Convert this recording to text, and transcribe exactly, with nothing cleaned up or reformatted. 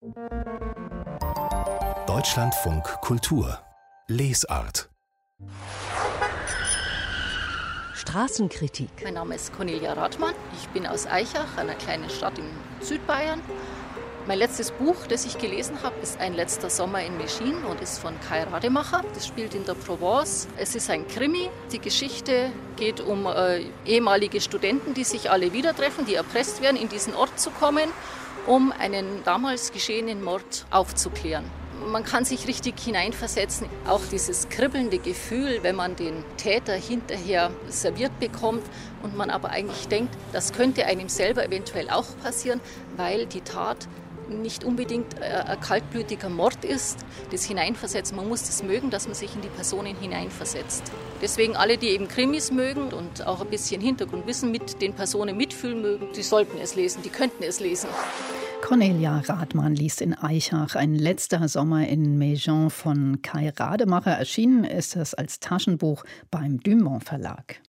Deutschlandfunk Kultur Lesart. Straßenkritik. Mein Name ist Cornelia Rathmann. Ich bin aus Aichach, einer kleinen Stadt in Südbayern. Mein letztes Buch, das ich gelesen habe, ist Ein letzter Sommer in Méschin und ist von Kai Rademacher. Das spielt in der Provence. Es ist ein Krimi. Die Geschichte geht um äh, ehemalige Studenten, die sich alle wieder treffen, die erpresst werden, in diesen Ort zu kommen, um einen damals geschehenen Mord aufzuklären. Man kann sich richtig hineinversetzen, auch dieses kribbelnde Gefühl, wenn man den Täter hinterher serviert bekommt und man aber eigentlich denkt, das könnte einem selber eventuell auch passieren, weil die Tat nicht unbedingt ein kaltblütiger Mord ist. Das Hineinversetzen, man muss das mögen, dass man sich in die Personen hineinversetzt. Deswegen alle, die eben Krimis mögen und auch ein bisschen Hintergrundwissen mit den Personen mitfühlen mögen, die sollten es lesen, die könnten es lesen. Cornelia Rathmann liest in Aichach Ein letzter Sommer in Méschin von Kai Rademacher. Erschienen ist es als Taschenbuch beim Dumont Verlag.